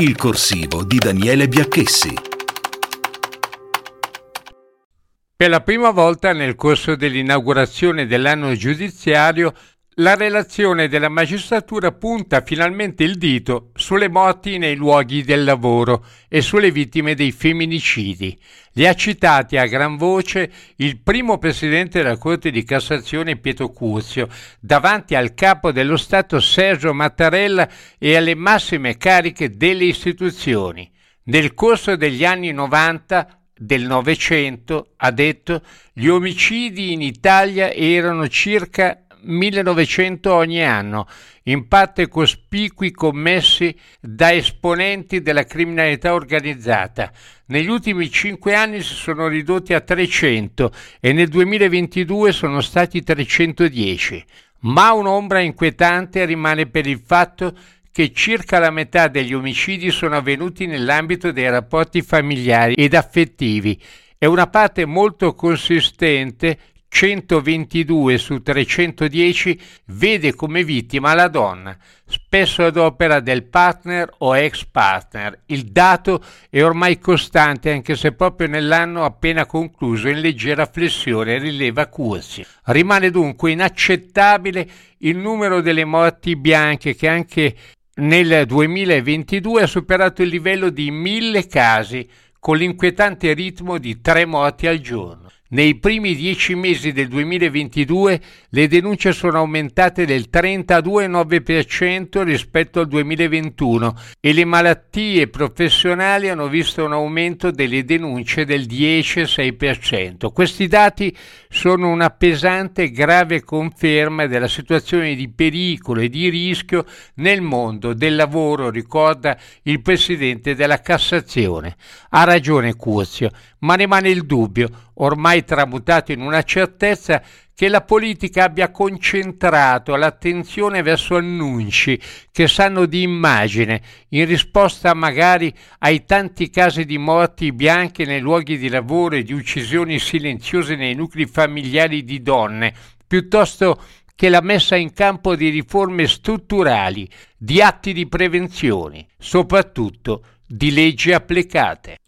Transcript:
Il corsivo di Daniele Biacchessi. Per la prima volta nel corso dell'inaugurazione dell'anno giudiziario, la relazione della magistratura punta finalmente il dito sulle morti nei luoghi del lavoro e sulle vittime dei femminicidi. Li ha citati a gran voce il primo presidente della Corte di Cassazione Pietro Curzio, davanti al capo dello Stato Sergio Mattarella e alle massime cariche delle istituzioni. Nel corso degli anni 90 del Novecento, ha detto, gli omicidi in Italia erano circa 1900 ogni anno, in parte cospicui commessi da esponenti della criminalità organizzata. Negli ultimi 5 anni si sono ridotti a 300 e nel 2022 sono stati 310. Ma un'ombra inquietante rimane per il fatto che circa la metà degli omicidi sono avvenuti nell'ambito dei rapporti familiari ed affettivi e una parte molto consistente, 122 su 310, vede come vittima la donna, spesso ad opera del partner o ex partner. Il dato è ormai costante, anche se proprio nell'anno appena concluso in leggera flessione, rileva Curzio. Rimane dunque inaccettabile il numero delle morti bianche, che anche nel 2022 ha superato il livello di 1000 casi, con l'inquietante ritmo di 3 morti al giorno. Nei primi 10 mesi del 2022 le denunce sono aumentate del 32,9% rispetto al 2021 e le malattie professionali hanno visto un aumento delle denunce del 10,6%. Questi dati sono una pesante e grave conferma della situazione di pericolo e di rischio nel mondo del lavoro, ricorda il presidente della Cassazione. Ha ragione Curzio, ma rimane il dubbio, ormai tramutato in una certezza, che la politica abbia concentrato l'attenzione verso annunci che sanno di immagine, in risposta magari ai tanti casi di morti bianche nei luoghi di lavoro e di uccisioni silenziose nei nuclei familiari di donne, piuttosto che la messa in campo di riforme strutturali, di atti di prevenzione, soprattutto di leggi applicate.